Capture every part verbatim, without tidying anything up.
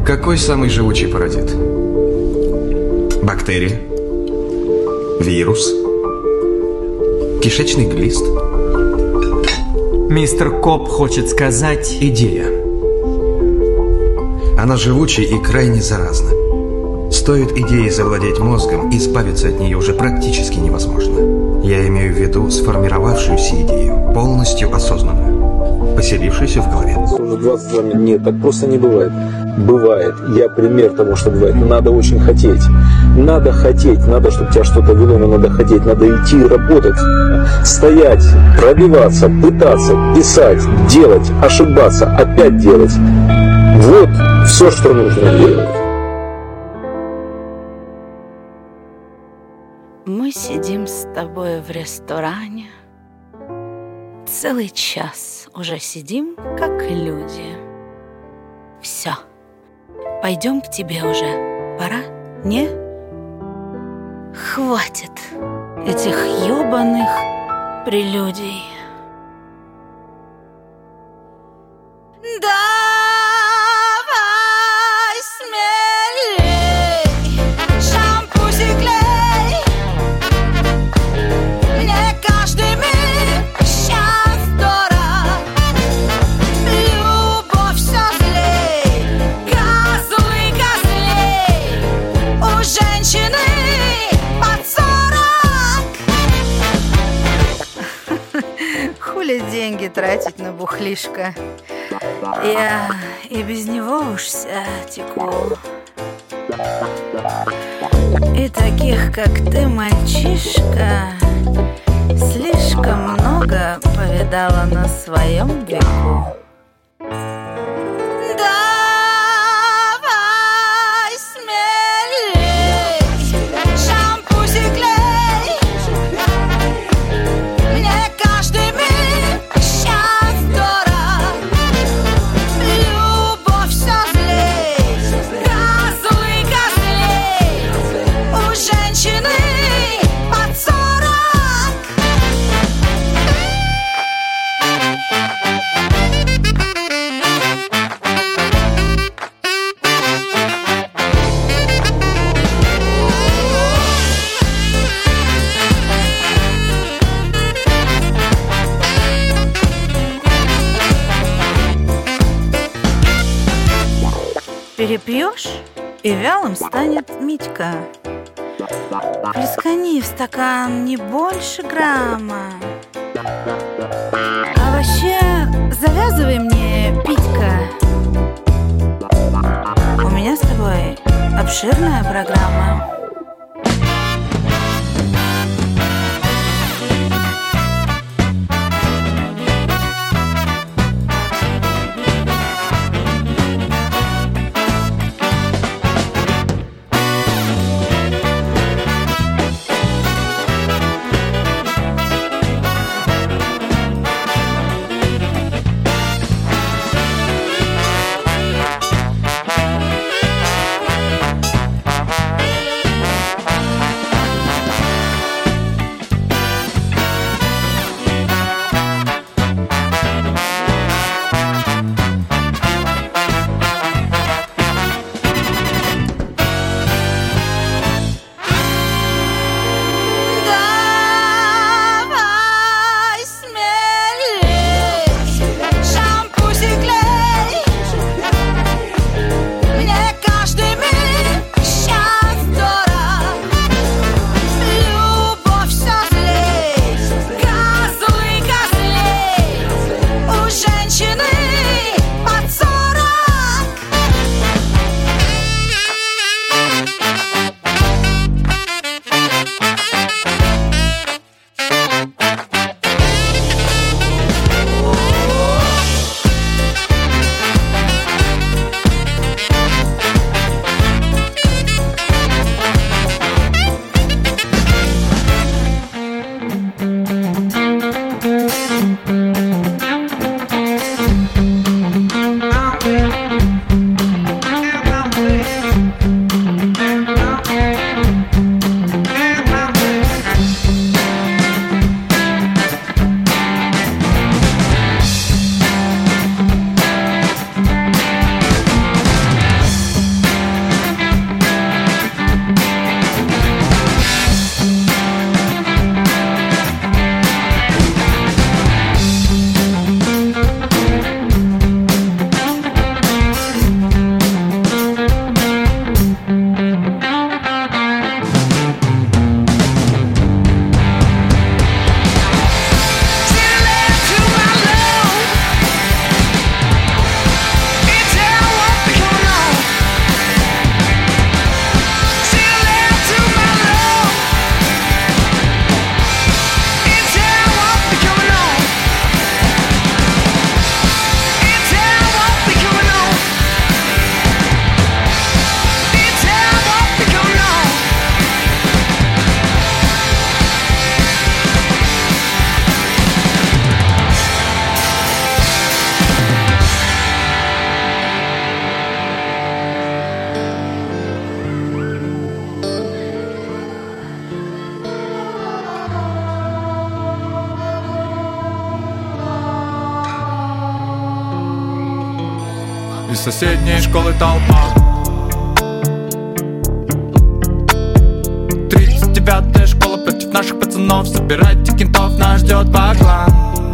Какой самый живучий паразит? Бактерия? Вирус? Кишечный глист? Мистер Коп хочет сказать... Идея. Она живучая и крайне заразна. Стоит идее завладеть мозгом, избавиться от нее уже практически невозможно. Я имею в виду сформировавшуюся идею, полностью осознанную, поселившуюся в голове. Уже двадцать два минуты. Нет, так просто не бывает. Бывает. Я пример того, что бывает. Надо очень хотеть. Надо хотеть. Надо, чтобы тебя что-то вело, но надо хотеть. Надо идти, работать, стоять, пробиваться, пытаться, писать, делать, ошибаться, опять делать. Вот все, что нужно делать. Мы сидим с тобой в ресторане. Целый час уже сидим, как люди. Все. Пойдем к тебе уже. Пора? Не? Хватит этих ёбаных прелюдий. Давай смелей, шампусик лей. Мне каждый миг сейчас дорог. Любовь все злей, козлы козлей. У женщины под сорок. Хули деньги тратить на бухлишко? Я и без него уж вся теку. И таких, как ты, мальчишка, слишком много повидала на своем веку. Давай смелей, шампусик лей. Мне каждый миг сейчас дорог. Любовь все злей, козлы козлей. У женщины под сорок. Перепьешь, и вялым станет Митька. Плескани в стакан не больше грамма. А вообще, завязывай мне, Питька. У меня с тобой обширная программа. соседней школы толпа. Тридцать девятая школа против наших пацанов. Собирайте кентов, нас ждет баклан.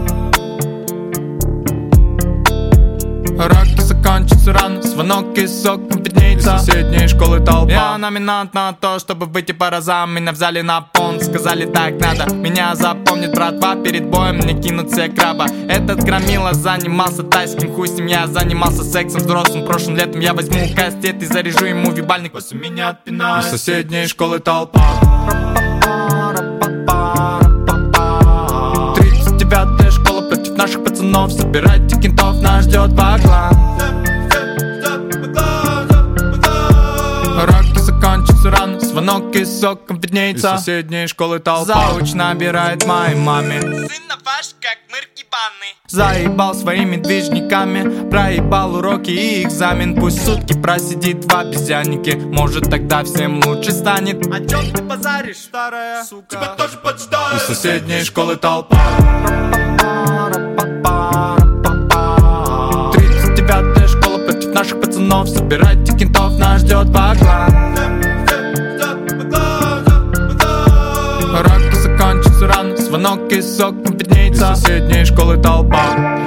Уроки закончатся рано, звонок из окон виднеется. Соседней школы толпа. Я номинант на то, чтобы выйти по разам. Меня взяли на понт, сказали так надо. Меня запомнит братва, перед боем мне кинут все краба. Этот громила занимался тайским хустем. Я занимался сексом взрослым. Прошлым летом я возьму кастет и заряжу ему вибальник. После меня отпинают. Из соседней школы толпа. Тридцать девятая школа против наших пацанов. Собирайте кентов, нас ждет баклан. Уроки закончатся рано, звонок из окон виднеется. Из соседней школы толпа. Зауч набирает моей маме. Сын ваш как мыр ебаный. Заебал своими движниками, проебал уроки и экзамен. Пусть сутки просидит в обезьяннике, может тогда всем лучше станет. О чем ты базаришь, старая сука? Тебя тоже почитаю. Из соседней школы толпа. Тридцать девятая школа против наших пацанов. Собирайте кентов, нас ждет баклан. Уроки закончатся рано, звонок из окон виднеется. Из соседней школы толпа.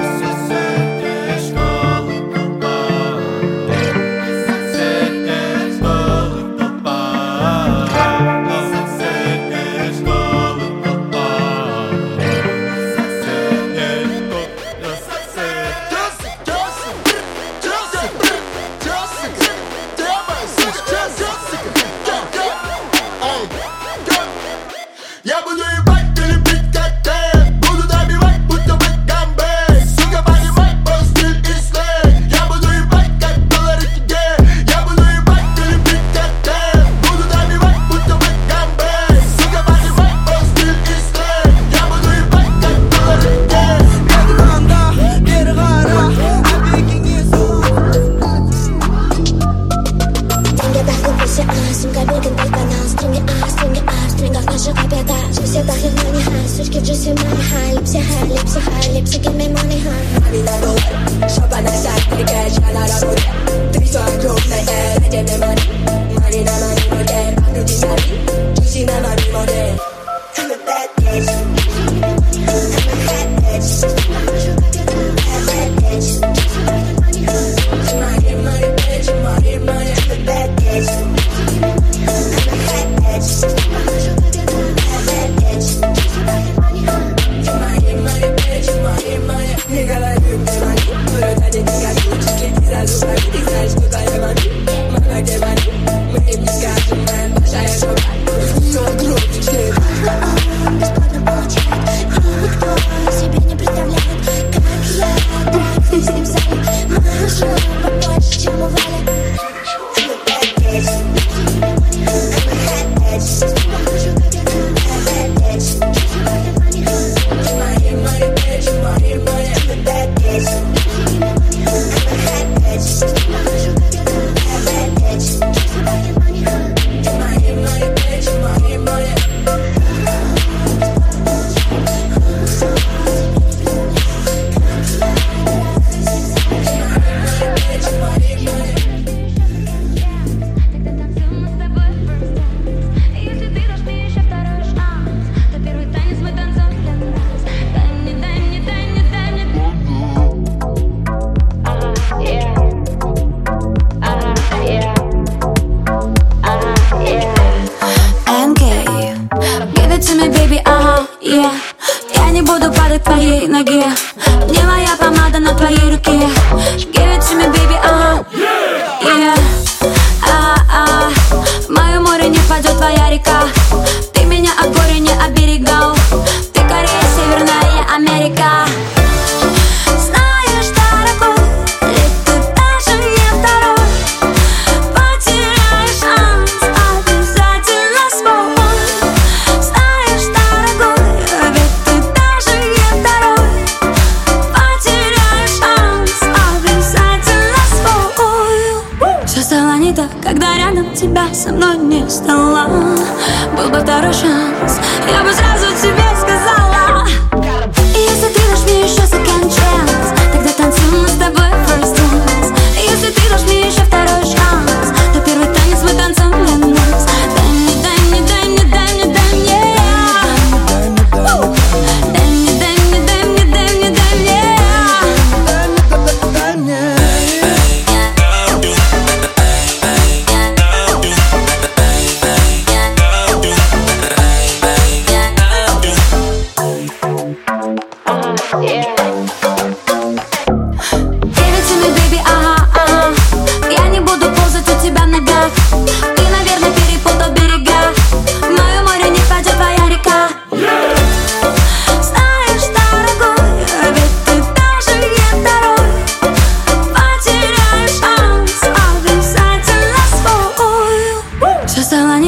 Когда рядом тебя со мной не стало. Был бы второй шанс, я бы сразу тебе сказала. Если ты дашь мне еще second chance, тогда танцуем мы с тобой first dance. Если ты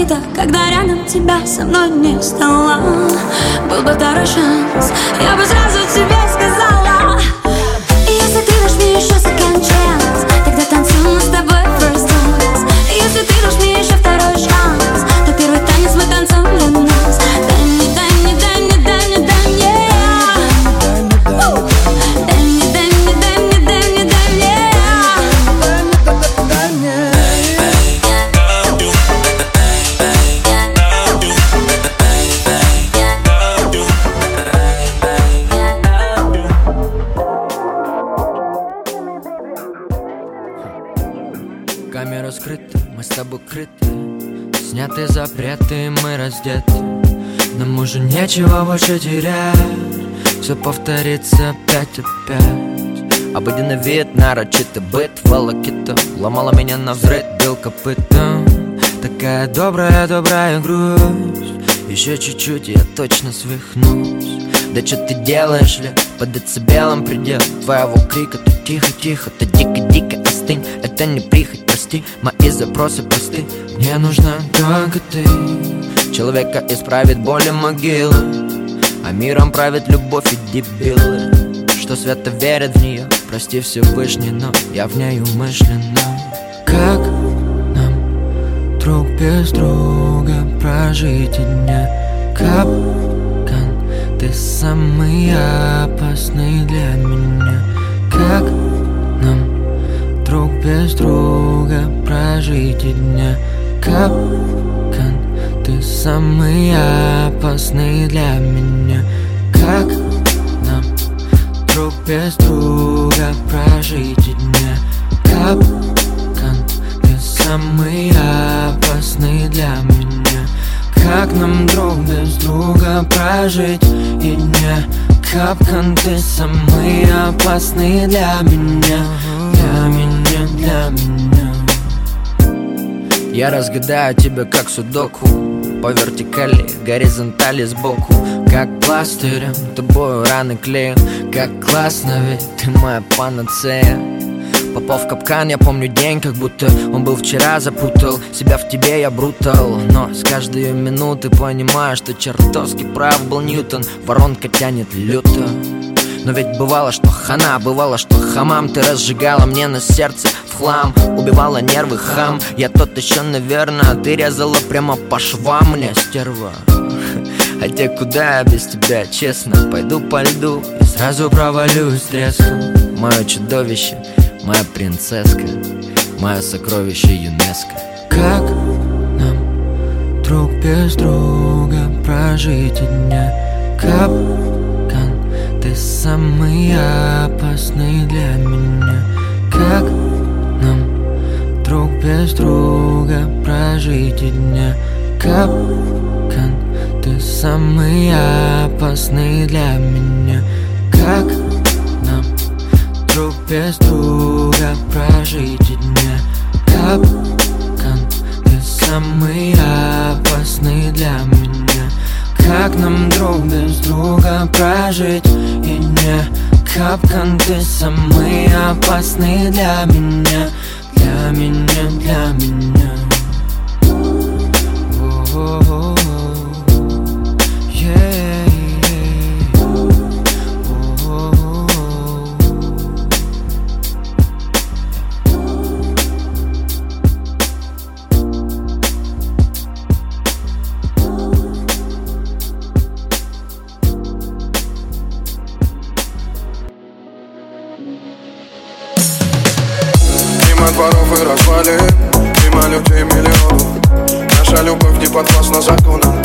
разбита, когда рядом тебя со мной не стало. Был бы второй шанс, я бы сразу тебе сказала. И если ты дашь мне еще second chance, тогда танцуем с тобой first dance. И если ты дашь мне еще второй шанс, то первый танец мы танцуем для нас. Дай мне, дай мне, дай мне, дай мне, дай мне. Дай мне, дай мне, дай мне, дай мне, дай мне. Камера скрыта, мы с тобой крыты, сняты запреты, мы раздеты. Нам уже нечего больше терять, все повторится опять опять. Обыденный вид, нарочитый быт, волокита ломала меня навзрыд, бил копытом. Такая добрая, добрая грусть, еще чуть-чуть, я точно свихнусь. Да что ты делаешь, ли? Под децибелом предел твоего крика. Ты тихо-тихо, ты дико-дико остынь. Это не прихоть, прости, мои запросы просты. Мне нужна только ты. Человека исправит боль и могилы, а миром правит любовь и дебилы, что свято верят в нее. Прости Всевышний, но я в ней умышленно. Как нам друг без друга прожить и дня? Капкан, ты самый опасный для меня. Как нам друг без друга прожить и дня? Капкан, ты самый опасный для меня. Как нам друг без друга прожить и дня? Капкан, ты самый опасный для меня. Как нам друг без друга прожить и дня? Капкан, ты самый опасный для меня. Для меня, для меня. Я разгадаю тебя как судоку, по вертикали, горизонтали сбоку. Как пластырем тобою раны клею. Как классно, ведь ты моя панацея. Попал в капкан, я помню день, как будто он был вчера. Запутал себя в тебе, я брутал, но с каждой минуты понимаю, что чертовски прав был Ньютон. Воронка тянет люто. Но ведь бывало, что хана, бывало, что хамам. Ты разжигала мне на сердце в хлам, убивала нервы, хам. Я тот еще, наверное, а ты резала прямо по швам. Мне стерва. Хотя куда я без тебя, честно? Пойду по льду и сразу провалюсь с треском. Мое чудовище, моя принцесска, мое сокровище ЮНЕСКО. Как нам друг без друга прожить и дня? Капкан, ты самый опасный для меня. Как нам друг без друга прожить и дня? Капкан, ты самый опасный для меня. Как нам друг без друга прожить и дня? Капкан, ты самый опасный для меня. Как нам друг без друга прожить и дня? Капкан, ты самый опасный для меня. Для меня, для меня. О-о-о. Дворов и развалин, мимо людей миллионов. Наша любовь не подвластна законам.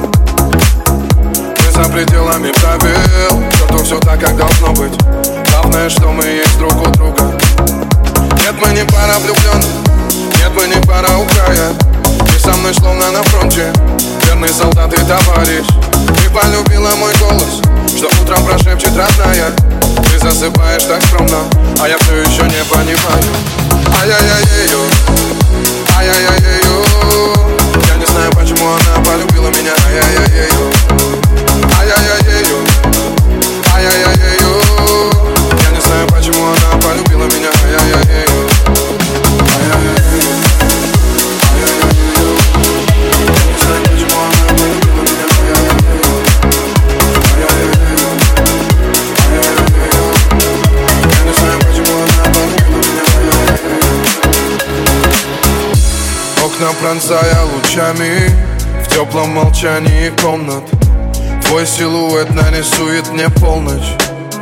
Мы за пределами правил, зато все так, как должно быть. Главное, что мы есть друг у друга. Нет, мы не пара влюбленных, нет, мы не пара у края. Ты со мной словно на фронте, верный солдат и товарищ. Ты полюбила мой голос, что утром прошепчет родная. Ты засыпаешь так скромно, а я все еще не понимаю. Ай-яй-яй-ю, ай-яй-яй-ю. Я не знаю, почему она полюбила меня. Ай-яй-яй-ю, ай-яй-яй-ю, ай-яй-яй-ю. Я не знаю, почему она полюбила меня. Ай-яй-яй-ю, ай-яй-яй-ю, ай-яй-яй-ю. Окна пронзая лучами в теплом молчании комнат. Твой силуэт нарисует мне полночь.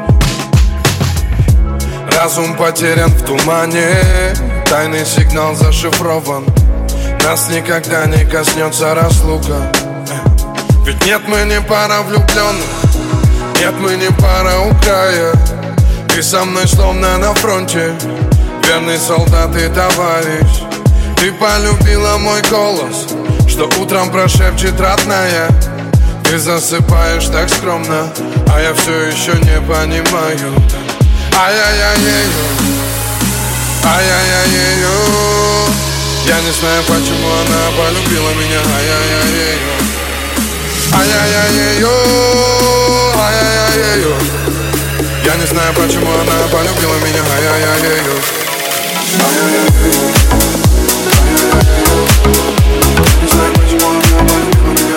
Разум потерян в тумане, тайный сигнал зашифрован. Нас никогда не коснется разлука. Ведь нет, мы не пара влюбленных, нет, мы не пара у края. Ты со мной словно на фронте, верный солдат и товарищ. Ты полюбила мой голос, что утром прошепчет родная. Ты засыпаешь так скромно, а я все еще не понимаю. Ай-яй-яй-яй-ю, ай-яй-яй-яй-ю. Я не знаю, почему она полюбила меня. Ай-яй-яй-яй-ю, ай-яй-яй-яй-ю, ай-яй-яй-яй-ю. Я не знаю, почему она полюбила меня. Ай-яй-яй-яй-ю, ай-яй-яй-яй-ю. Не знаю, почему она полюбила меня.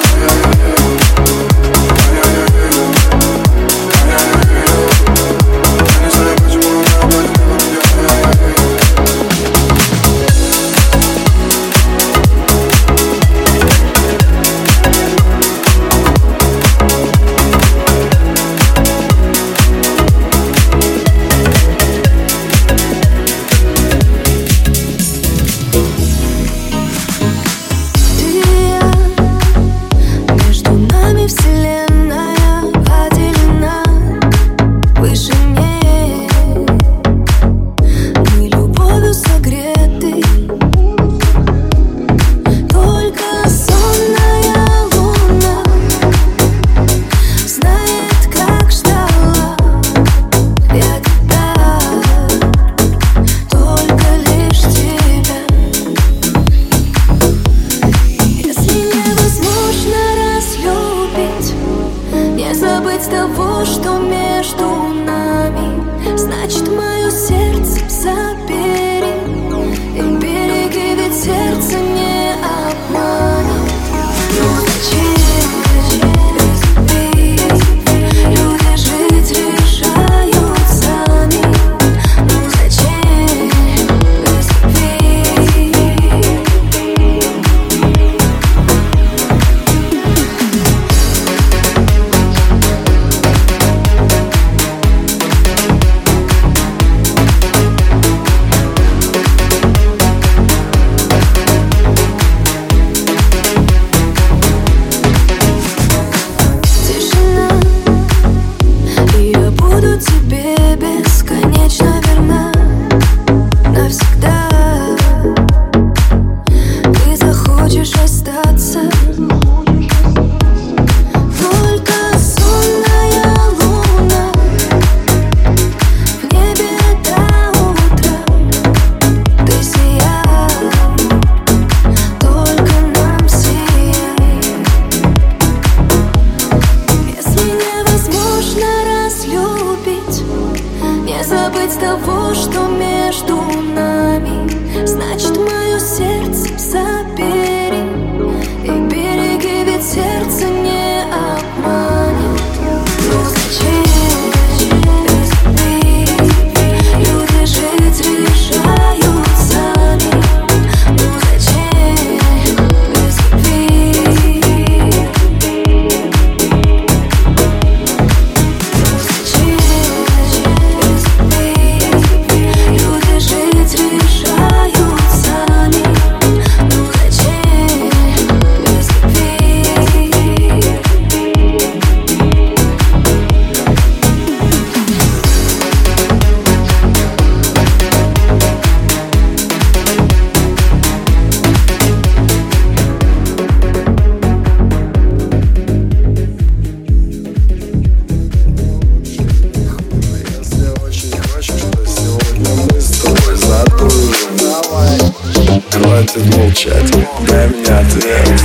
хватит молчать, дай мне ответ.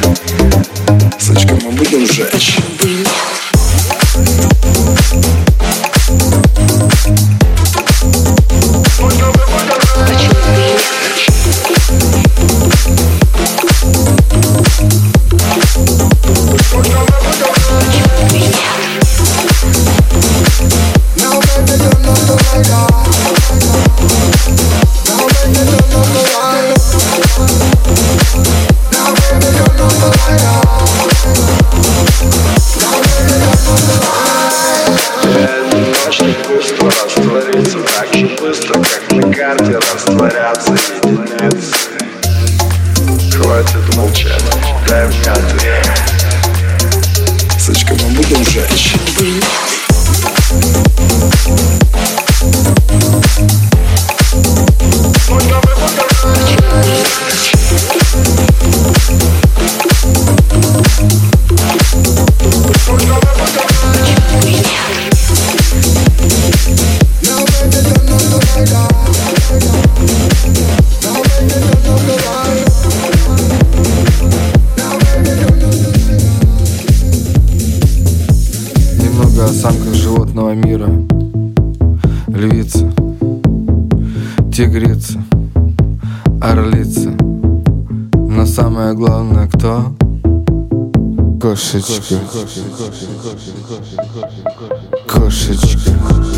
Сучка, мы будем жечь. Now называется это молчание. Дай мне ответ. Сучка, мы будем жечь. Немного о самках животного мира. Львица, тигрица, орлица. Но самое главное кто? Кошечка. Кошечка.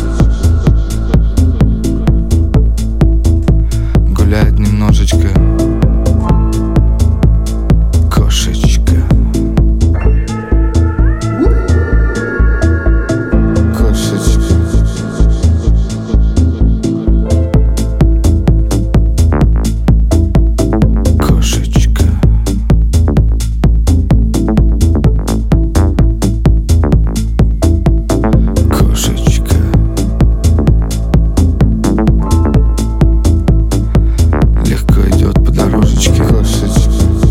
Гуляет немножечко. Кошечка. Кошечка. Кошечка. Кошечка. Легко идет по дорожечке. Кошечка.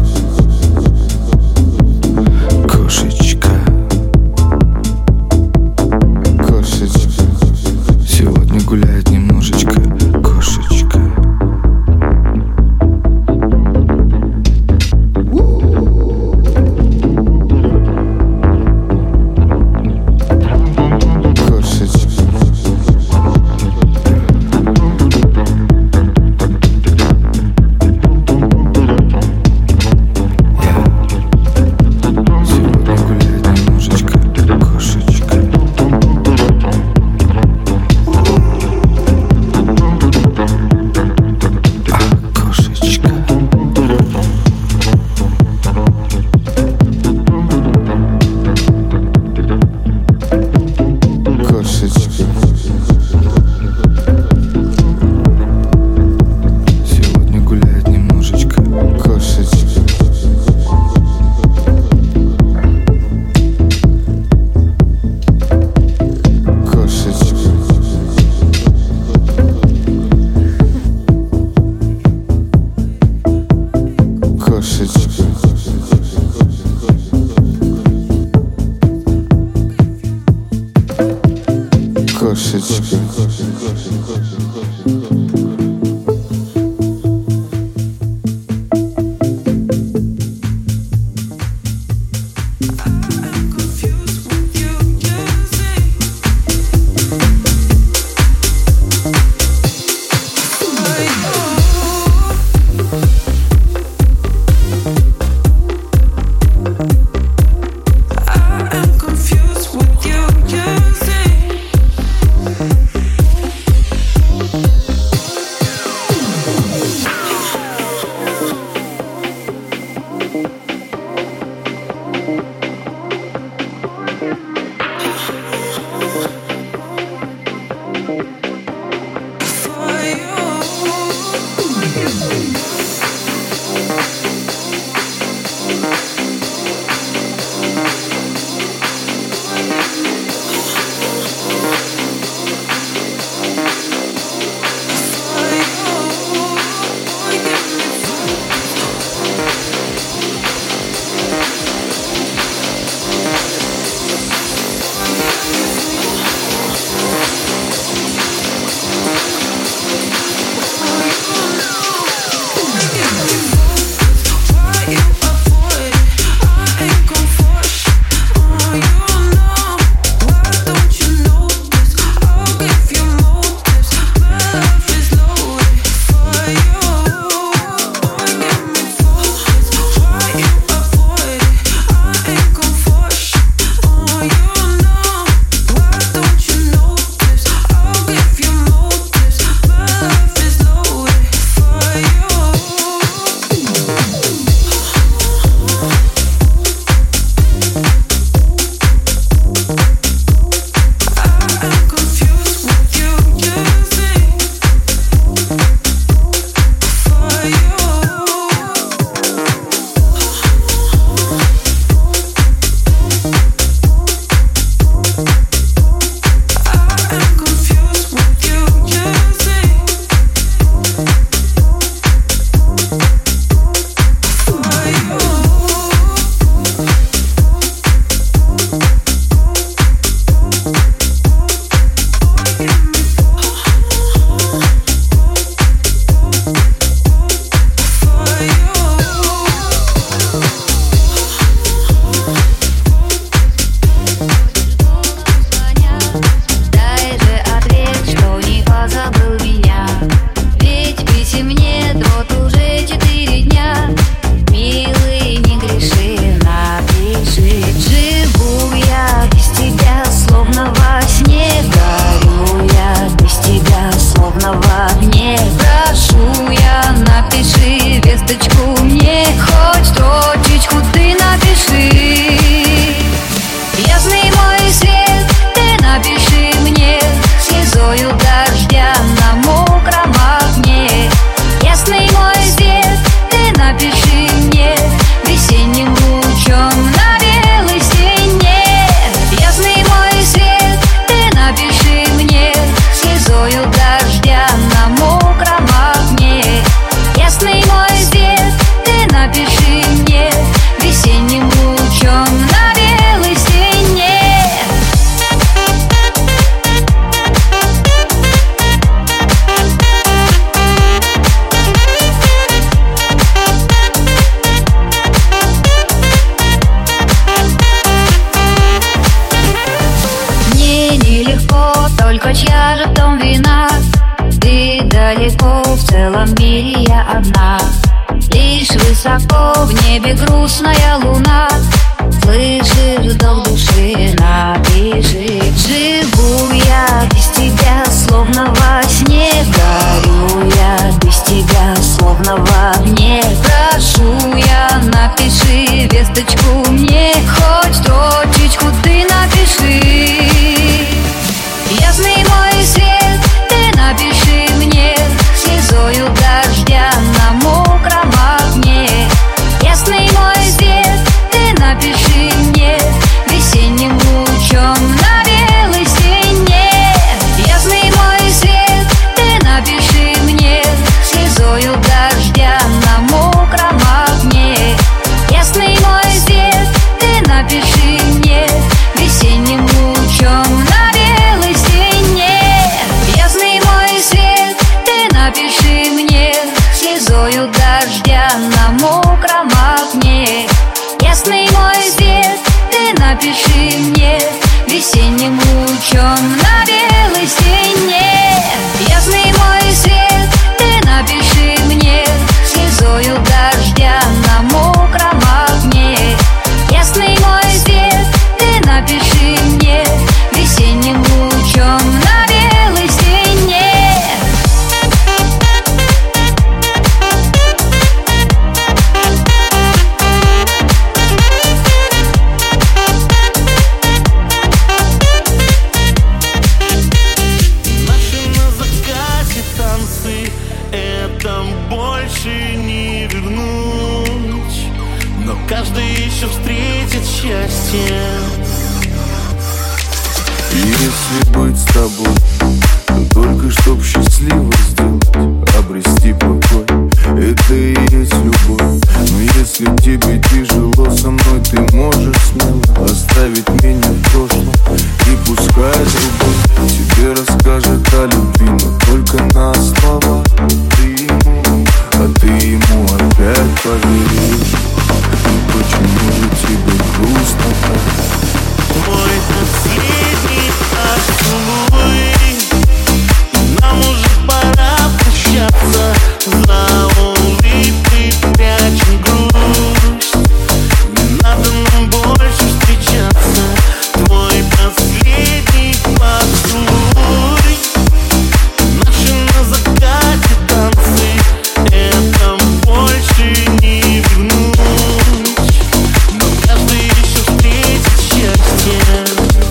Кошечка. Кошечка. Сегодня гуляет немножечко. Кошечка. Кошечка. Сегодня гуляет немножечко. Кошечка. А, кошечка. Кошечка. Сегодня гуляет немножечко. Кошечка. Кошечка. Кошечка. Кошечка. небе грустная луна, слышишь, вдох души напиши. Живу я без тебя, словно во сне, горю я без тебя, словно в огне. Прошу я, напиши весточку мне, хоть строчечку ты напиши. Ясный мой свет, ты напиши мне, слезою дождя на мокром окне. Ясный мой свет, ты напиши мне, весенним лучом на белой стене. Ясный мой свет, ты напиши мне, слезою дождя на мокром окне. Ясный мой свет, ты напиши мне, весенним лучом на белой стене. Ясный мой свет, ты напиши мне, слезою дождя на мокром окне. Ясный мой свет, ты напиши мне, весенним лучом на белой стене. Ясный мой свет, ты напиши мне, слезою дождя на мокром окне. Ясный мой свет, ты напиши мне, весенним лучом на белой стене. Наши на закате танцы, это больше не вернуть, но каждый еще встретит счастье. Если быть с тобой, то только чтоб счастливо сделать, обрести покой, это и есть любовь. Но если тебе тяжело со мной, ты можешь смело оставить меня в прошлом и пускай другой тебе расскажет о любви, но только на слова. Ты ему, а ты ему опять поверишь. И почему же тебе грустно так? Мой последний поцелуй, нам уже пора прощаться. За улыбкой прячем грусть, не надо нам больше встречаться. Твой последний поцелуй, наши на закате танцы, это больше не вернуть, но каждый еще встретит счастье.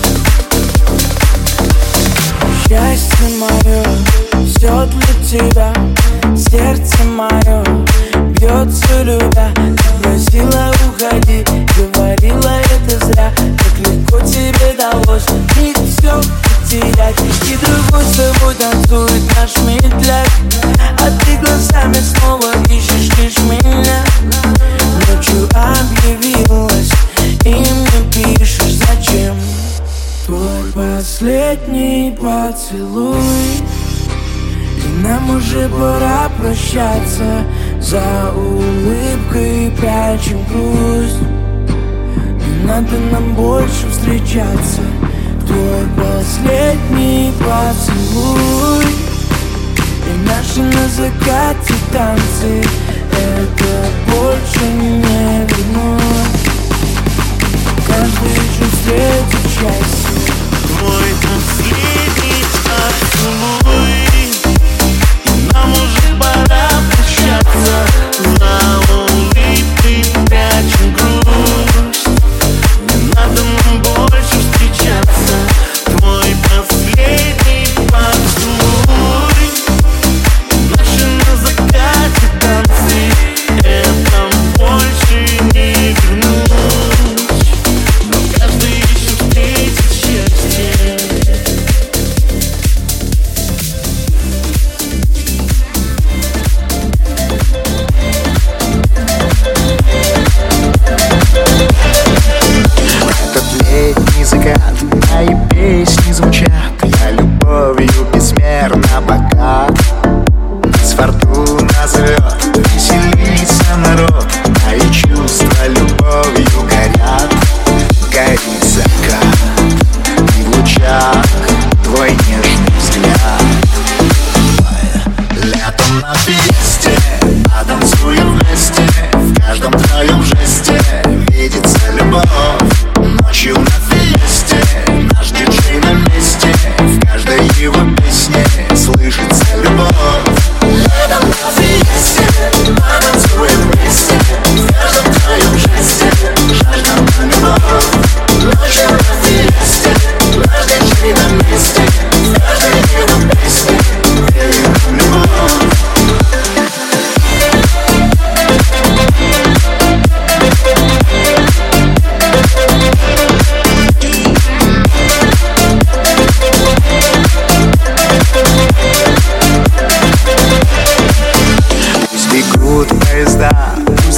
Счастье мое, все для тебя. Сердце мое бьется, любя. Ты просила уходи, говорила это зря. Как легко тебе далось миг все потерять. И другой с тобой танцует наш медляк, а ты глазами снова ищешь лишь меня. Ночью объявилась и мне пишешь зачем. Твой последний поцелуй, и нам уже пора прощаться. За улыбкой прячем грусть, не надо нам больше встречаться. Твой последний поцелуй, и наши на закате танцы, это больше не вернуть. Каждый еще встретит счастье. Твой последний поцелуй, и нам уже пора прощаться. За улыбкой прячем грусть, не надо нам больше встречаться. Твой последний поцелуй, наши на закате танцы,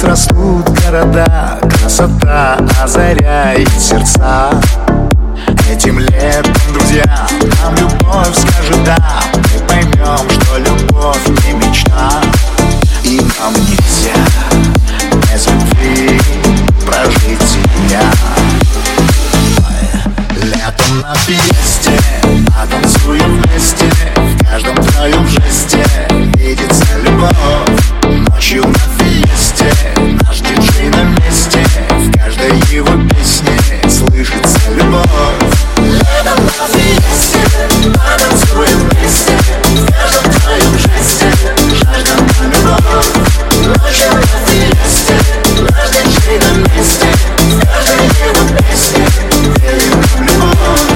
растут города, красота озаряет сердца. Этим летом, друзья, нам любовь скажет да. Мы поймем, что любовь не мечта. И нам нельзя без любви прожить себя. Летом на фиесте, потанцуем вместе. В каждом твоем жесте видится любовь. Ночью на фиесте наш диджей на месте. В каждой его песне слышится любовь. Летом на фиесте, потанцуем вместе. В каждом твоем жесте жажда на любовь. Ночью на фиесте наш диджей на месте. В каждой его песне верим в любовь.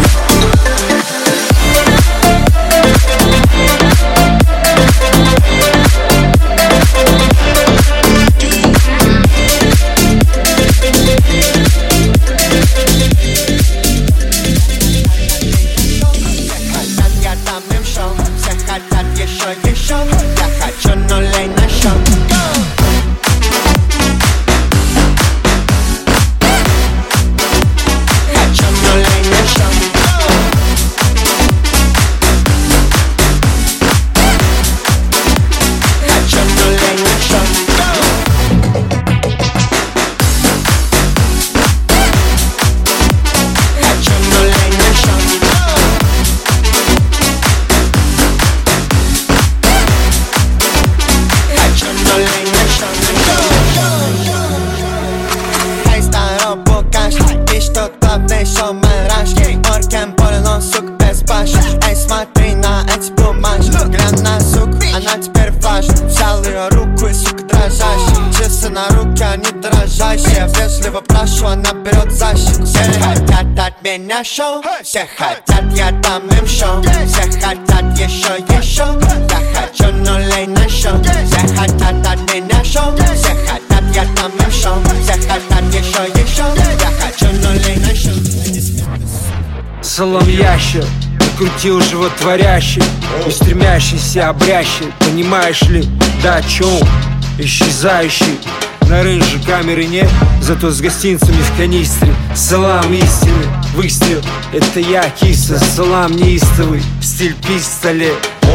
Меня шоу, все хотят, я дам им шоу. Все хотят еще, еще. Я хочу нулей на шоу. Все хотят от меня шоу. Все хотят, я дам им шоу. Все хотят еще, еще. Я хочу нулей на шоу. Салам ящер, накрутил животворящий, не стремящийся, обрящий. Понимаешь ли, да о чем? Исчезающий. На рынже камеры нет, зато с гостинцами в канистре. Салам истины, выстрел, это я, киса. Салам неистовый, стиль пистолет.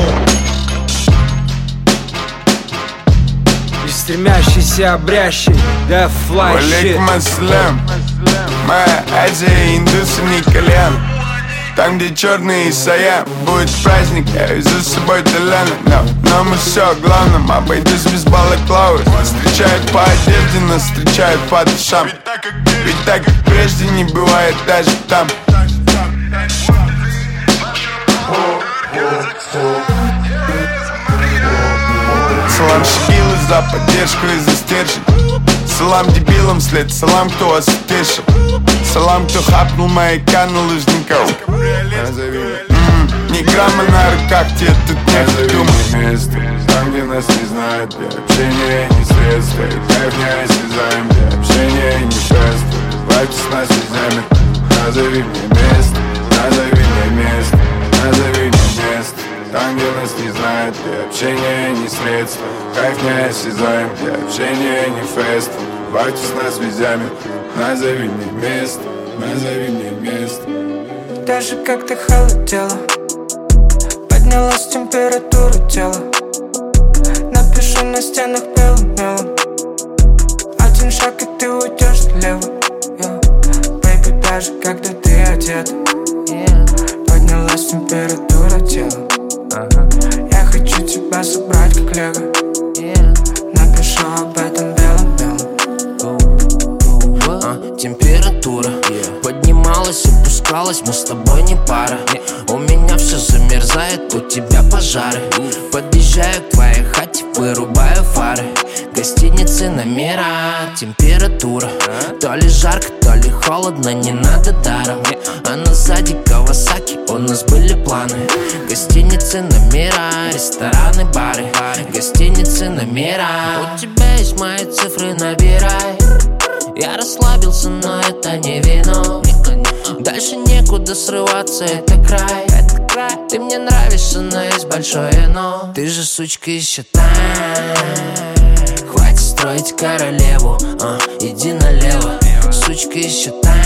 И стремящийся, обрящий, да флай щит. Алейкум ассалям, моя Азия, индусы не колен. Там, где черный Исайя, будет праздник, я везу с собой Толяна. Но, но мы все о главном, обойдусь без балаклавы. Встречают по одежде, нас встречают по душам. Ведь так, как прежде, не бывает даже там. Салам шкилы за поддержку и за стержень. Салам дебилам след, салам, кто вас утешил. Салам, кто хапнул маяка на лыжников. М-м, ни грамма на руках, тебе тут не думать. Место, там, где нас не знают, для общения не средства. И кайф не осязаем, для общения не шест. Вайпс с нас везями. Назови мне место, назови мне место, назови мне место. Там, где нас не знают, для общения не средства. Кайф не осязаем, для общения не фест. Вайпс с нас везями. Назови мне место, назови мне место. Даже когда холодело, поднялась температура тела. Напишу на стенах белым мелом. Один шаг и ты уйдешь влево, yeah. Baby, даже когда ты одет, yeah. Поднялась температура тела, uh-huh. Я хочу тебя собрать как лего, yeah. Напишу об этом белым мелом. uh, Температура yeah. Поднималась и опускалась, мы с тобой не пара. У меня все замерзает, у тебя пожары. Подъезжаю к твоей хате, вырубаю фары. Гостиницы, номера, температура. То ли жарко, то ли холодно, не надо даром. Она сзади Кавасаки, у нас были планы. Гостиницы, номера, рестораны, бары. Гостиницы, номера. У тебя есть мои цифры, набирай. Я расслабился, но это не вино. Дальше некуда срываться, это край, это край. Ты мне нравишься, но есть большое но. Ты же, сучка, еще там. Хватит устроить королеву. а, Иди налево, сучка еще там.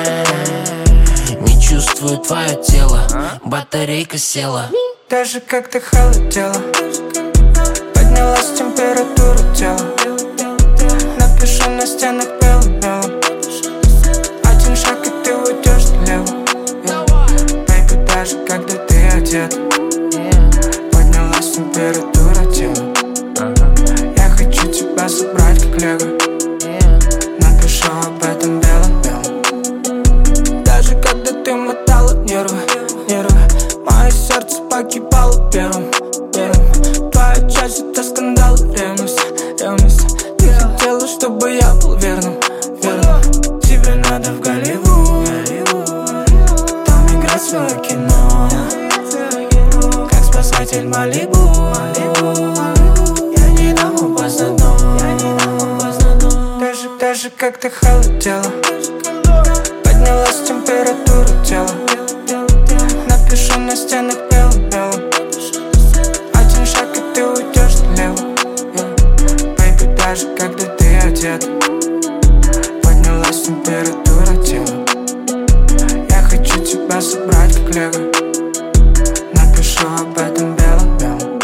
Не чувствую твое тело, батарейка села. Даже когда холодела, поднялась температура тела. Напишу на стенах белым мелом. Один шаг и ты уйдешь налево. Бэйби, даже когда ты одет, поднялась температура тела. Я хочу тебя собрать как лего. Напишу об этом белым-белым. Даже когда ты мотала нервы, нервы, мое сердце погибало первым, первым. Твоя часть это скандал, ревность, ревность. Ты хотела, чтобы я был верным, верным. Тебе надо в Голливуд, там играть свое кино, как спасатель Малибу. Я не дам упасть на дно. Даже, даже когда холодела, поднялась температура тела. Напишу на стенах белым мелом. Один шаг и ты уйдешь налево. Бэйби, даже когда ты одет, поднялась температура тела. Я хочу тебя собрать как лего. Напишу об этом белым-белым.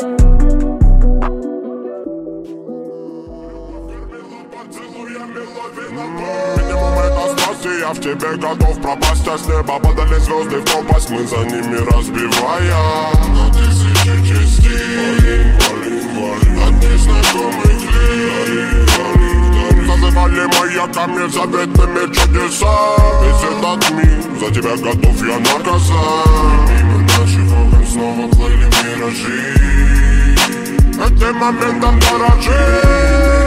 Минимум это страсть, и я в тебе готов пропасть. А с неба падали звезды в пропасть, мы за ними разбивая на тысячи частей. От незнакомых лиц зазывали маяками заветными чудесами. Весь этот мир за тебя готов я наказать. Мимо наших окон снова плыли миражи. Этим моментом дорожи.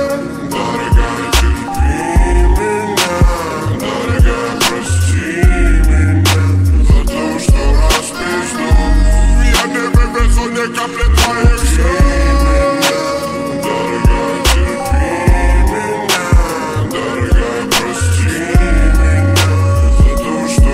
Не капли твоих слез. Дорогая, терпи меня. Дорогая, прости меня за то, что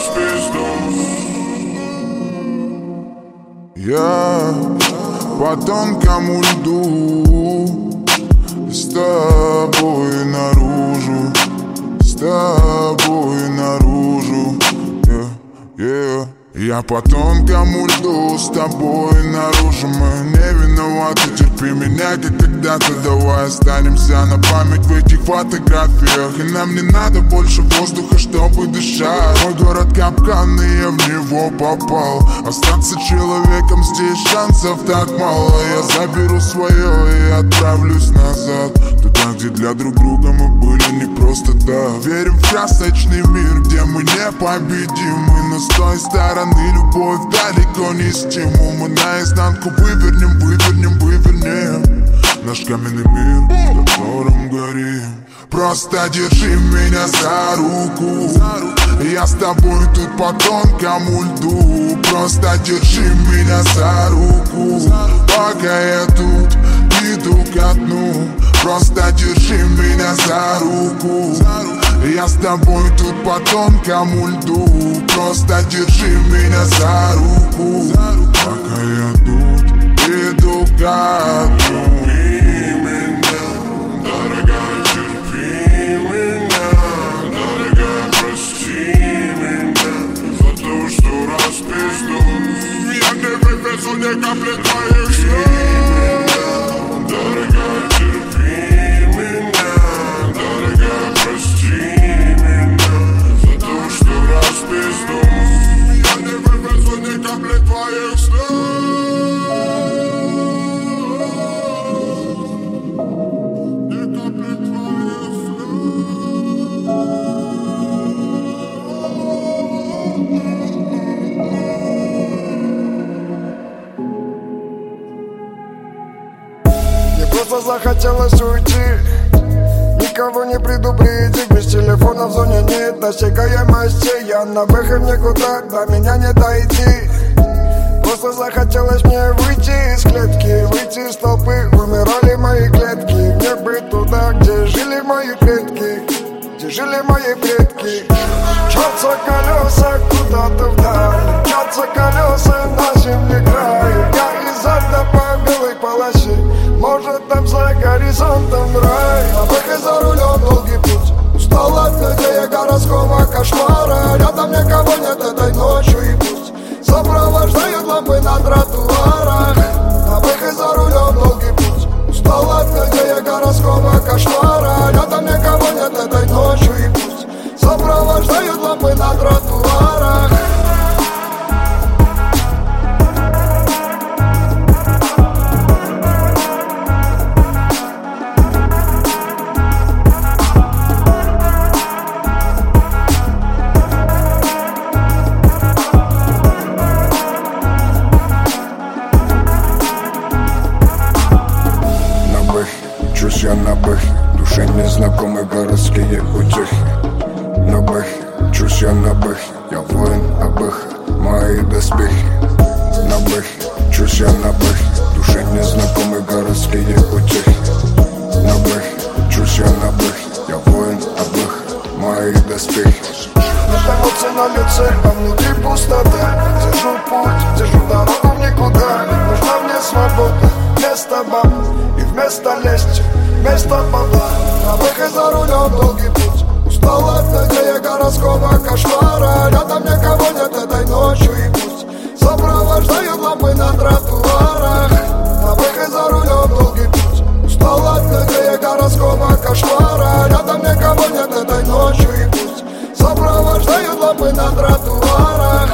распиздул. Я по тонкому льду, с тобой наружу, с тобой наружу. Yeah, yeah. Я по тонкому льду с тобой наружу. Мы не виноваты, терпи меня, как когда-то. Давай останемся на память в этих фотографиях. И нам не надо больше воздуха, чтобы дышать. Мой город капкан, и я в него попал. Остаться человеком здесь шансов так мало. Я заберу свое и отправлюсь назад, туда, где для друг друга мы были не просто так. Верим в красочный мир, где мы непобедимы. Но с той стороны любовь далеко не стимул. Мы наизнанку вывернем, вывернем, вывернем наш каменный мир, в котором горим. Просто держи меня за руку, я с тобой тут по тонкому льду. Просто держи меня за руку, пока я тут иду ко дну. Просто держи меня за руку, я с тобой тут по тонкому льду. Просто держи меня за руку, пока я тут иду ко дну. Дорогая, терпи меня. Дорогая, прости меня за то, что распиздул. Я не вывезу ни капли твоих слез. Дорогая, терпи меня. Дорогая, прости меня за то, что распиздул. Я не вывезу ни капли твоих слез. Просто захотелось уйти, никого не предупредить. Без телефона в зоне нет досягаемости. Я на выход никуда, до меня не дойти. Просто захотелось мне выйти из клетки, выйти из толпы. Умирали мои клетки, мне бы туда, где жили мои предки, где жили мои предки. Мчатся колеса куда-то вдаль, мчатся колеса на земле край. Я из ада по белой полосе Может там за горизонтом рай. А выход за рулем долгий путь. Устал от людей городского кошмара. Рядом никого нет этой ночью и пусть сопровождают лампы на тротуарах. А выход за рулем долгий путь. Устал от людей городского кошмара. Рядом никого нет этой ночью и пусть сопровождают лампы на тротуарах. Я на бэхе, душе незнакомые городские утехи. На бэхе, чусь я на бэхе, я воин Абэха, мои доспехи. На бэхе, чусь я на бэхе, душе незнакомые городские утехи. На бэхе, чусь я на бэхе, я воин Абэха, мои доспехи. Нет эмоций на лице, а внутри пустота. Держу путь, держу дорогу в никуда. Ведь нужна мне свобода, вместо баб и вместо лести, вместо бабла. На выход за рулем долгий путь. Устал от людей городского кошмара. Рядом никого нет этой ночью и пусть сопровождают лампы на тротуарах. На выход за рулем долгий путь. Устал от людей городского кошмара. Рядом никого нет этой ночью и пусть сопровождают лампы на тротуарах.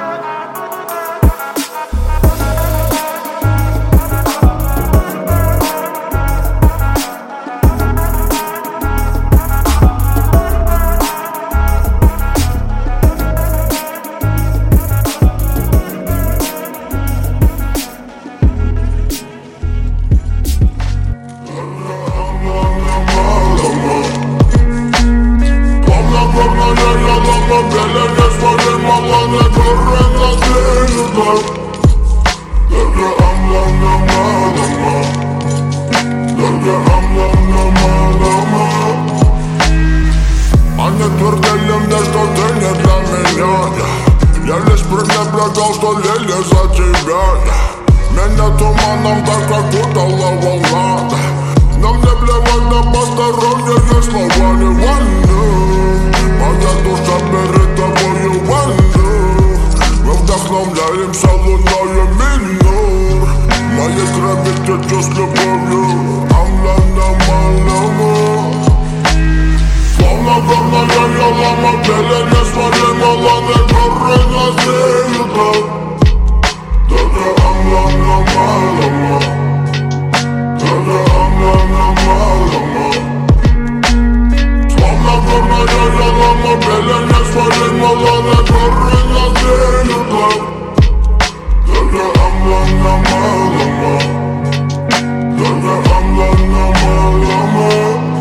Они твердили мне, что ты не для меня. Я лишь пренебрегал, что лили за тебя. Меня туманом так окутала волна. Но мне плевать на посторонние слова, не войны. Моя душа перед тобою войну. Мы вдохновляемся луною минор. Моей крови течет с любовью. Словно горная лама, пелени своей молодой горы насеют. Только ам-лам-лама-лама, только ам-лам-лама-лама. Словно горная лама, пелени своей молодой горы насеют. Только ам-лам-лама-лама, только ам-лам-лама-лама.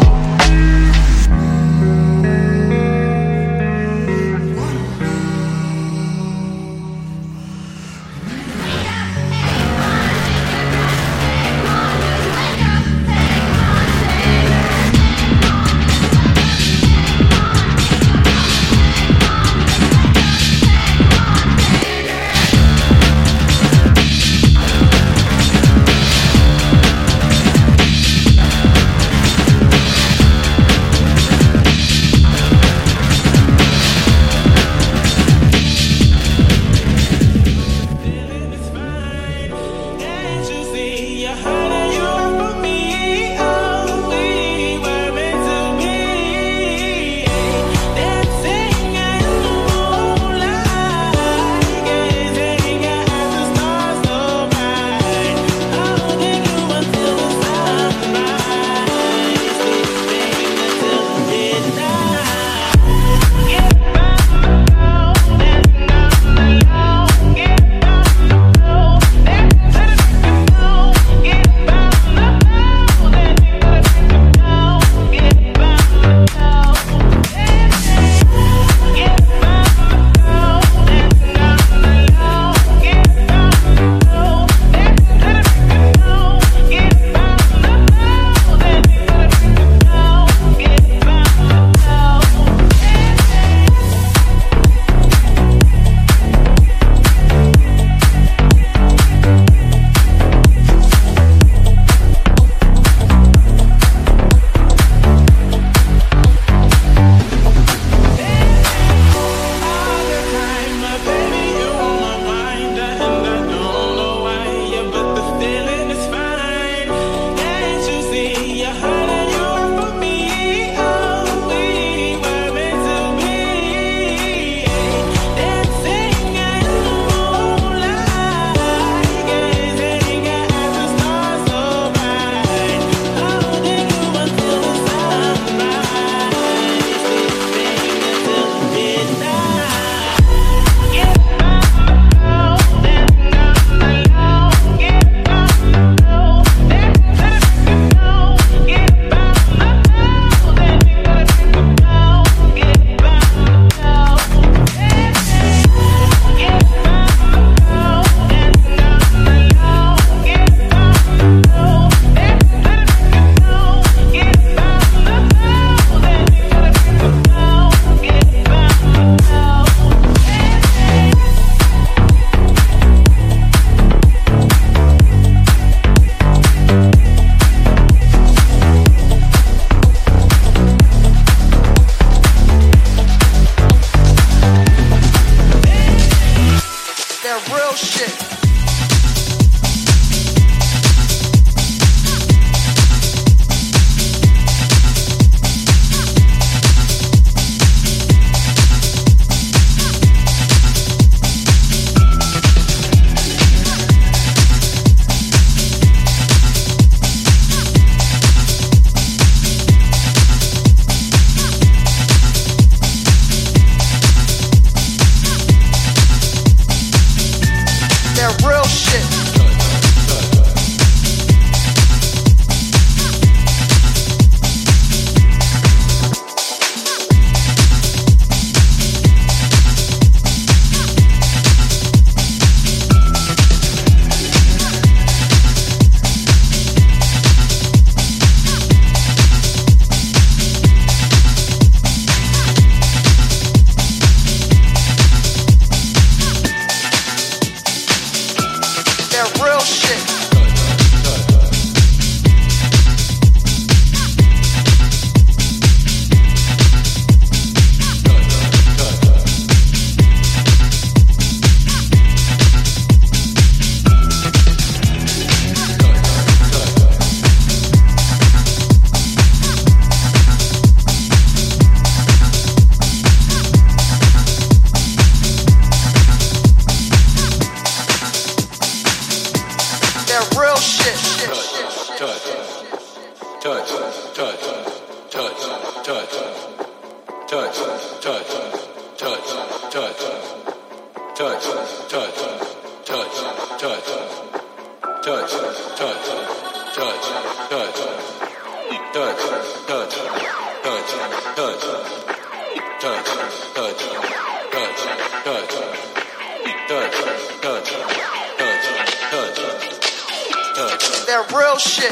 That real shit.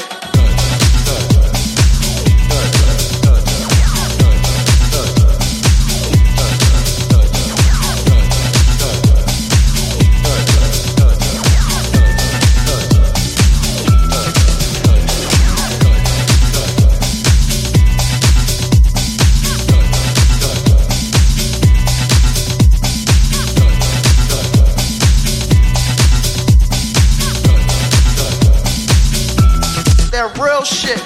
That real shit.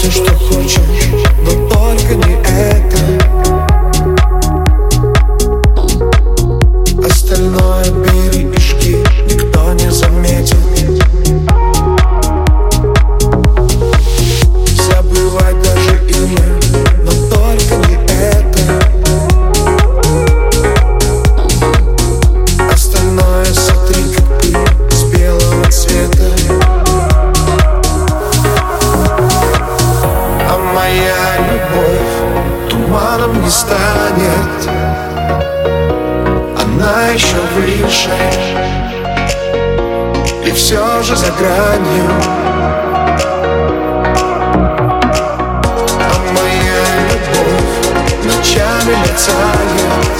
все, что хочешь, но только не это. Остальное бери и жги, никто не заметит. Забывай даже имя, но только не это. Остальное сотри, как пыль с белого цвета. А моя любовь туманом не станет. Она еще выше, и все же за гранью. А моя любовь ночами летает.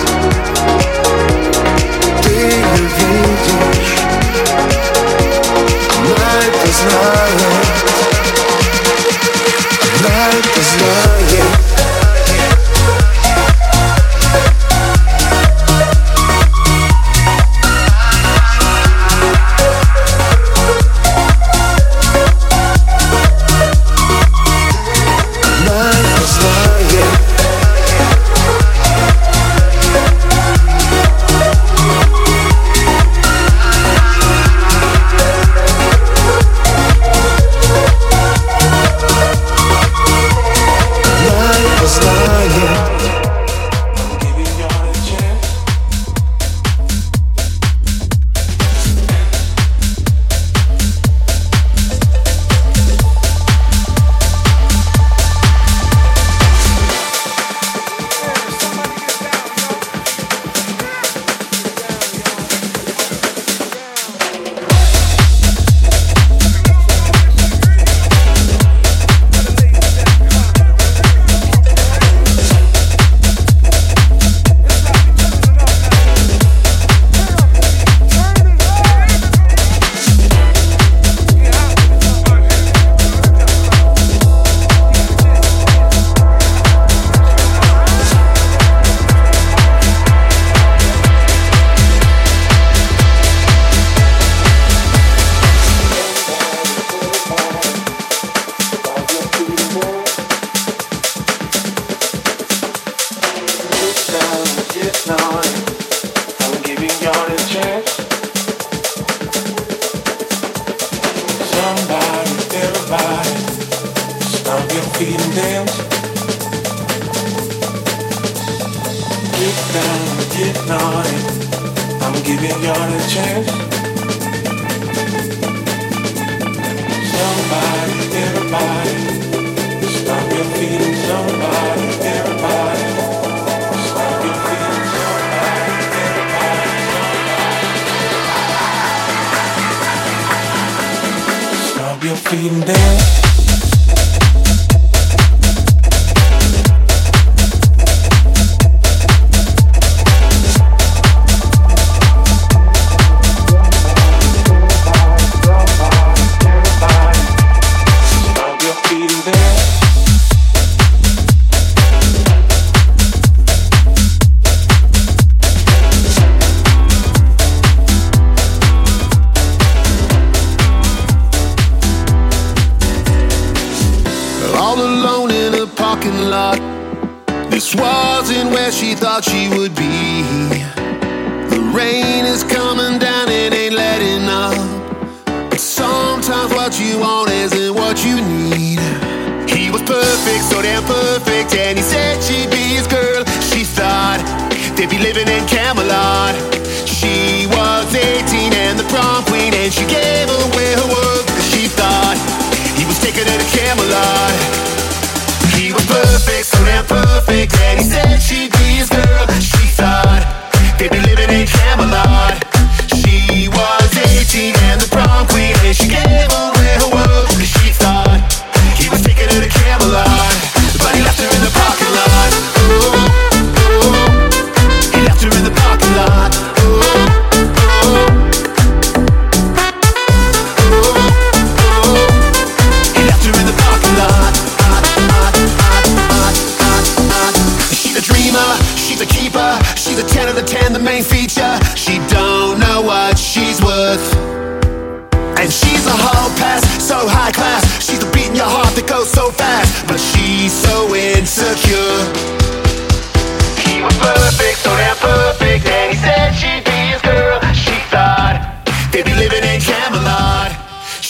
Ты ее видишь, она это знает. Она это знает. And she's a whole pass, so high class. She's the beat in your heart that goes so fast.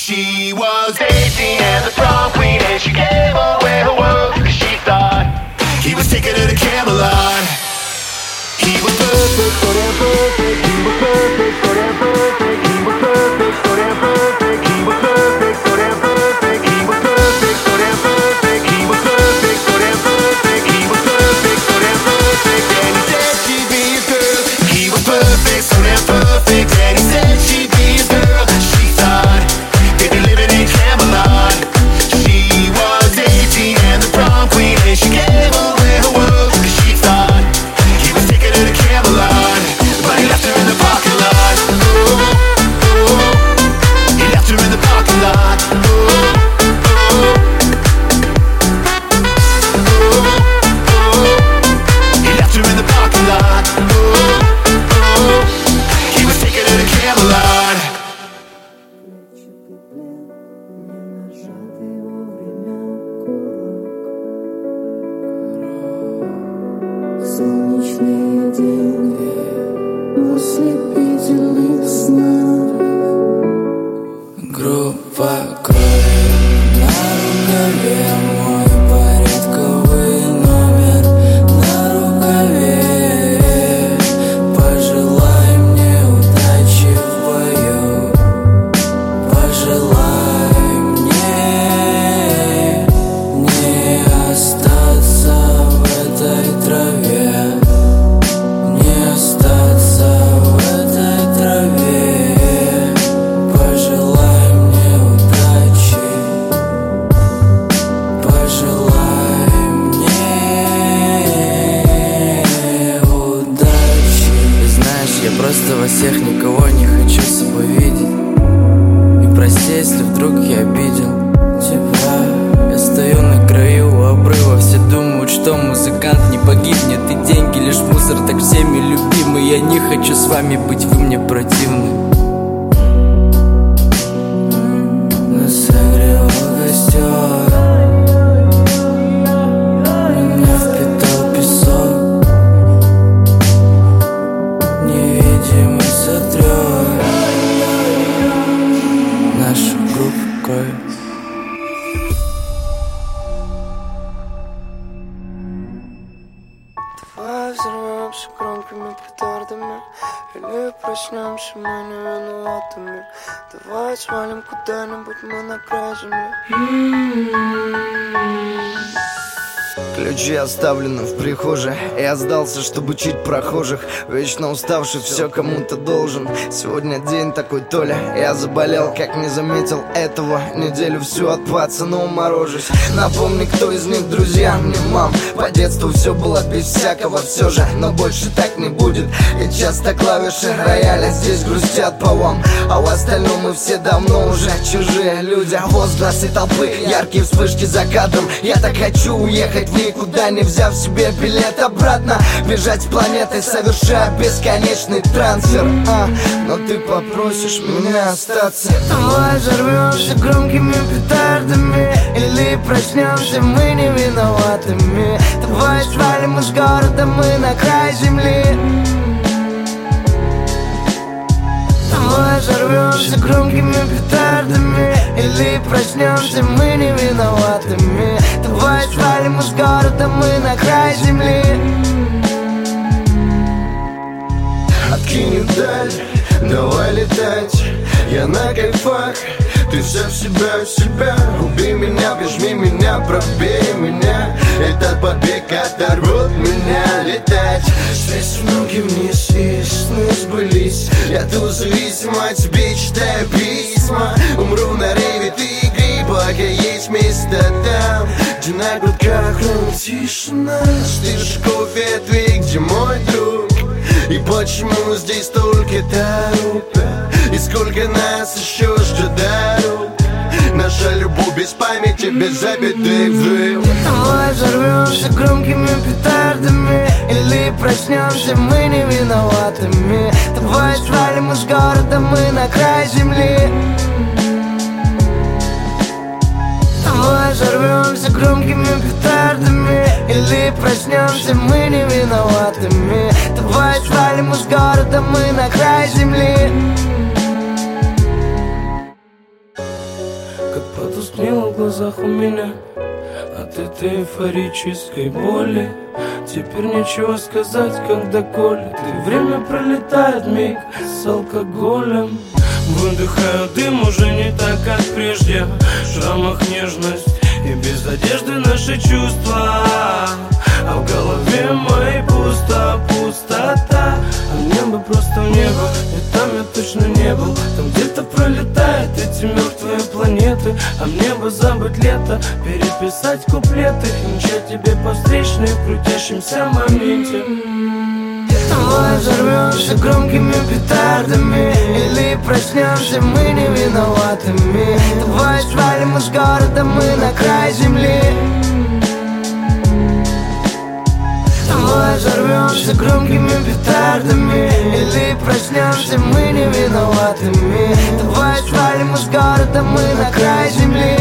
She was eighteen and the prom queen, and she gave away her world, cause she thought he was taking her to Camelot. He was perfect, so damn perfect. He was perfect, so damn perfect. He was perfect, so damn perfect. He was perfect, so damn perfect. He was perfect, so damn perfect. He was perfect, so damn perfect. He was perfect, so damn perfect. And he said she'd be his girl. He was perfect, so damn perfect. And he said she'd be his girl. She thought they'd be living in Camelot. She was eighteen and the prom queen, and she gave away her world, cause she thought he was taking her to Camelot. But he left her in the parking lot. Oh, oh. He left her in the parking lot. Oh, oh. Oh, oh. He left her in the parking lot. Oh, oh. He was taking her to Camelot. Солнечные деньги в ослепительных снах. Группа крови на рукаве, мой порядковый номер на рукаве. Пожелай мне удачи в бою, пожелай мне не остаться в этой траве, не остаться в этой траве. Пожелай мне удачи, пожелай мне удачи. Знаешь, я просто во всех никого не хочу с собой видеть. И прости, если вдруг я обидел тебя. Я стою на краю у обрыва, все думают, что музыкант не погибнет, и деньги лишь мусор, так всеми любимый. Я не хочу с вами быть, вы мне противны. Нас согревал костер, меня впитал песок, невидимый сотрет нашу группу крови. Давай взорвемся громкими петардами, или проснемся мы невиноватыми. Давай свалим куда-нибудь мы на край земли. Ключи оставлены в прихожей. Я сдался, чтобы учить прохожих. Вечно уставший, все кому-то должен. Сегодня день такой, Толя. Я заболел, как не заметил этого. Неделю всю от пацана уморожусь. Напомни, кто из них друзья мне, мам. По детству все было без всякого все же, но больше так не будет. И часто клавиши рояля здесь грустят по вам, а в остальном мы все давно уже чужие люди. Возгласы толпы, яркие вспышки за кадром. Я так хочу уехать в никуда, не взяв себе билет обратно. Бежать с планеты, совершая бесконечный трансфер, а, но ты попросишь меня остаться. Давай взорвемся громкими петардами, или проснемся мы невиноватыми. Давай свалим из города мы на край земли. Давай взорвемся громкими петардами, или проснемся мы невиноватыми. Давай свалим из города мы на край земли. Откинь вдаль, давай летать. Я на кайфах, ты вся в себя, в себя. Убей меня, прижми меня, пробей меня. Этот побег оторвет меня. Летать, связь с ноги вниз, и сны сбылись. Я тут зависим от тебе, читаю письма. Умру на рейве, ты игри, пока есть место там, где на грудках хранит тишина. Стишь кофе, ответь, где мой друг? И почему здесь только дорог? И сколько нас еще ждет дорог? Наша любовь без памяти, без забитых взрыв. Давай взорвемся громкими петардами, или проснемся мы невиноватыми. Давай свалим из города мы на край земли. Давай взорвемся громкими петардами, или проснемся мы невиноватыми. Давай свалим из города мы на край земли. потускнело в глазах у меня от этой эйфорической боли. Теперь нечего сказать, когда колет, и время пролетает миг с алкоголем. Выдыхаю дым уже не так, как прежде. В шрамах нежность и без одежды наши чувства, а в голове моей пусто, пустота. А небо просто в небо, и там я точно не был. Там где-то пролетают эти мертвые планеты. А мне бы забыть лето, переписать куплеты и мчать тебе по встречной в крутящемся моменте. Давай взорвемся громкими петардами, или проснемся мы не виноватыми. Давай свалим из города, мы на край земли. Давай взорвемся громкими петардами, или проснемся мы не виноватыми. Давай свалим из города, мы на край земли.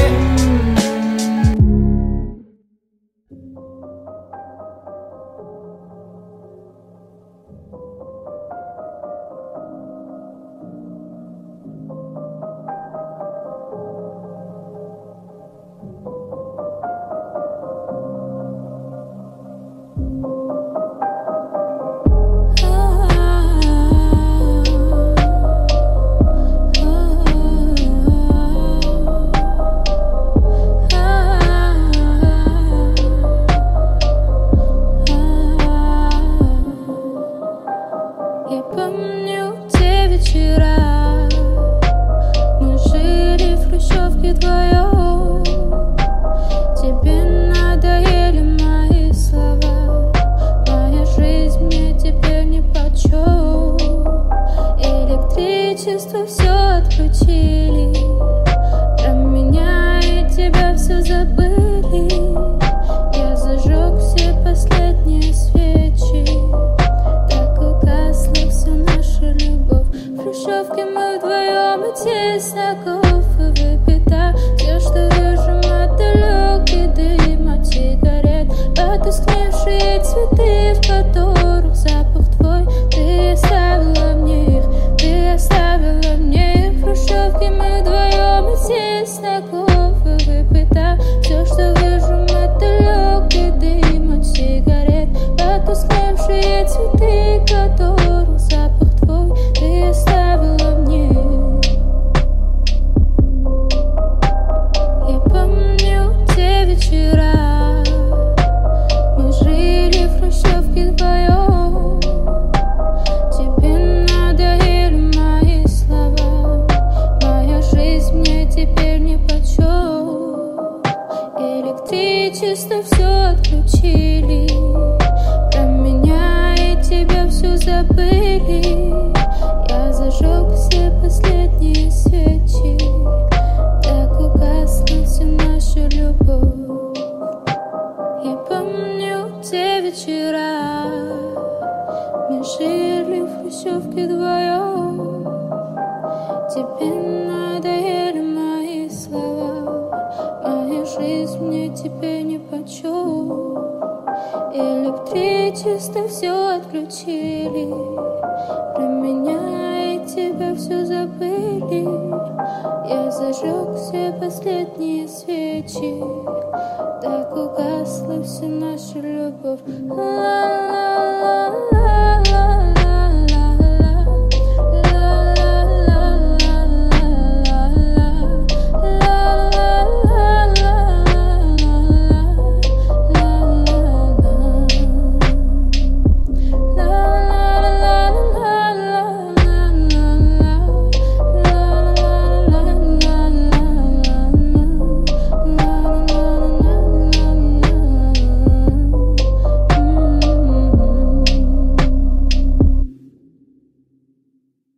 Электричество все отключили, про меня и тебя все забыли. Я зажег все последние свечи, так угасла вся наша любовь. Ла-ла-ла-ла.